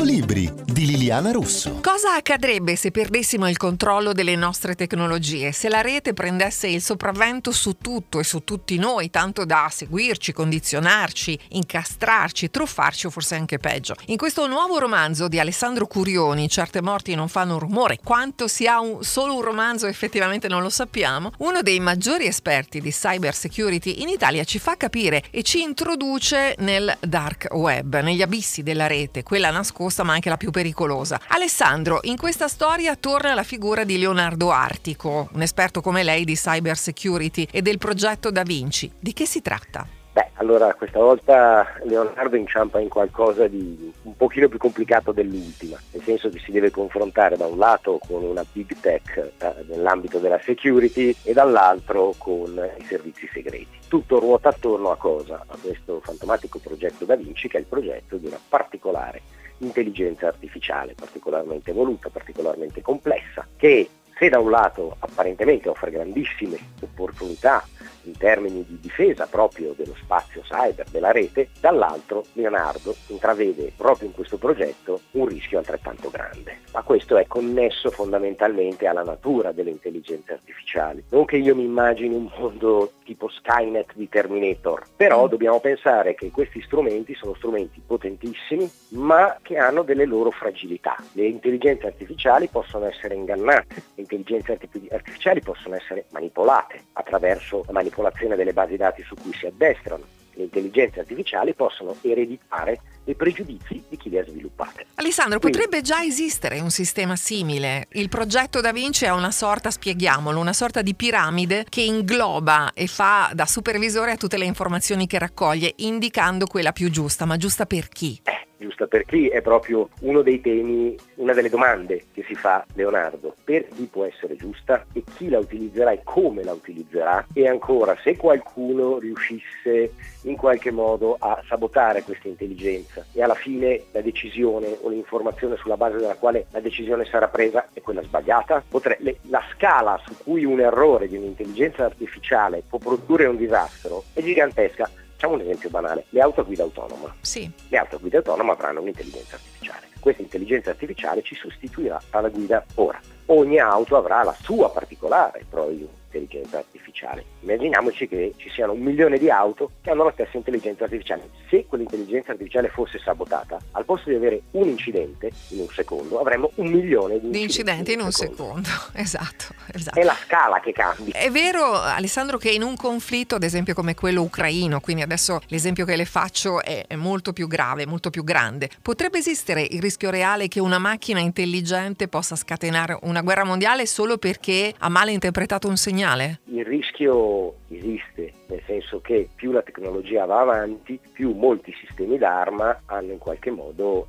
Libri di Liliana Russo. Cosa accadrebbe se perdessimo il controllo delle nostre tecnologie? Se la rete prendesse il sopravvento su tutto e su tutti noi, tanto da seguirci, condizionarci, incastrarci, truffarci o forse anche peggio? In questo nuovo romanzo di Alessandro Curioni, Certe morti non fanno rumore, quanto sia solo un romanzo effettivamente non lo sappiamo, uno dei maggiori esperti di cyber security in Italia ci fa capire e ci introduce nel dark web, negli abissi della rete, quella nascosta ma anche la più pericolosa. Alessandro, in questa storia torna la figura di Leonardo Artico, un esperto come lei di cyber security e del progetto Da Vinci. Di che si tratta? Allora questa volta Leonardo inciampa in qualcosa di un pochino più complicato dell'ultima, nel senso che si deve confrontare da un lato con una big tech nell'ambito della security e dall'altro con i servizi segreti. Tutto ruota attorno a cosa? A questo fantomatico progetto Da Vinci, che è il progetto di una particolare intelligenza artificiale, particolarmente evoluta, particolarmente complessa, che se da un lato apparentemente offre grandissime opportunità in termini di difesa proprio dello spazio cyber, della rete, dall'altro Leonardo intravede proprio in questo progetto un rischio altrettanto grande. Ma questo è connesso fondamentalmente alla natura delle intelligenze artificiali. Non che io mi immagini un mondo tipo Skynet di Terminator, però dobbiamo pensare che questi strumenti sono strumenti potentissimi, ma che hanno delle loro fragilità. Le intelligenze artificiali possono essere ingannate, le intelligenze artificiali possono essere manipolate attraverso la manipolazione delle basi dati su cui si addestrano. Le intelligenze artificiali possono ereditare i pregiudizi di chi le ha sviluppate. Alessandro, potrebbe già esistere un sistema simile. Il progetto Da Vinci è una sorta, spieghiamolo, una sorta di piramide che ingloba e fa da supervisore a tutte le informazioni che raccoglie, indicando quella più giusta. Ma giusta per chi? Giusta per chi è proprio uno dei temi, una delle domande che si fa Leonardo. Per chi può essere giusta e chi la utilizzerà e come la utilizzerà, e ancora se qualcuno riuscisse in qualche modo a sabotare questa intelligenza e alla fine la decisione o l'informazione sulla base della quale la decisione sarà presa è quella sbagliata, la scala su cui un errore di un'intelligenza artificiale può produrre un disastro è gigantesca. Facciamo un esempio banale: le auto a guida autonoma. Sì. Le auto a guida autonoma avranno un'intelligenza artificiale. Questa intelligenza artificiale ci sostituirà alla guida ora. Ogni auto avrà la sua particolare intelligenza artificiale. Immaginiamoci che ci siano 1 milione di auto che hanno la stessa intelligenza artificiale. Se quell'intelligenza artificiale fosse sabotata, al posto di avere un incidente in un secondo, avremmo 1 milione di incidenti in un secondo. Esatto. È la scala che cambia. È vero, Alessandro, che in un conflitto, ad esempio come quello ucraino, quindi adesso l'esempio che le faccio è molto più grave, molto più grande, potrebbe esistere il rischio reale che una macchina intelligente possa scatenare una guerra mondiale solo perché ha male interpretato un segnale? Il rischio esiste, nel senso che più la tecnologia va avanti, più molti sistemi d'arma hanno in qualche modo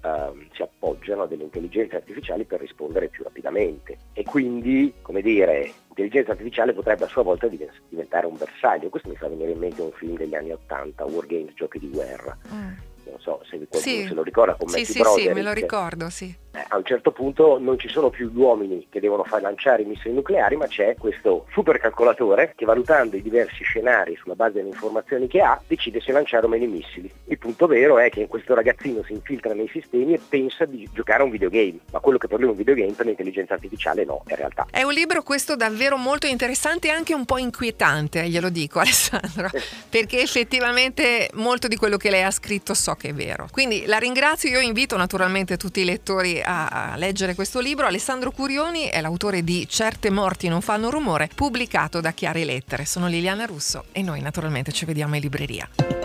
si appoggiano a delle intelligenze artificiali per rispondere più rapidamente, e quindi, come dire, l'intelligenza artificiale potrebbe a sua volta diventare un bersaglio. Questo mi fa venire in mente un film degli anni '80, War Games, giochi di guerra. Non so se qualcuno se lo ricorda, con Matthew Broderick. Sì, me lo ricordo, sì. A un certo punto non ci sono più gli uomini che devono far lanciare i missili nucleari, ma c'è questo supercalcolatore che, valutando i diversi scenari sulla base delle informazioni che ha, decide se lanciare o meno i missili. Il punto vero è che questo ragazzino si infiltra nei sistemi e pensa di giocare a un videogame, ma quello che per lui è un videogame per l'intelligenza artificiale no, in realtà. È un libro questo davvero molto interessante e anche un po' inquietante, glielo dico, Alessandro, perché effettivamente molto di quello che lei ha scritto so che è vero. Quindi la ringrazio, io invito naturalmente tutti i lettori a leggere questo libro. Alessandro Curioni è l'autore di Certe morti non fanno rumore, pubblicato da Chiare Lettere. Sono Liliana Russo e noi naturalmente ci vediamo in libreria.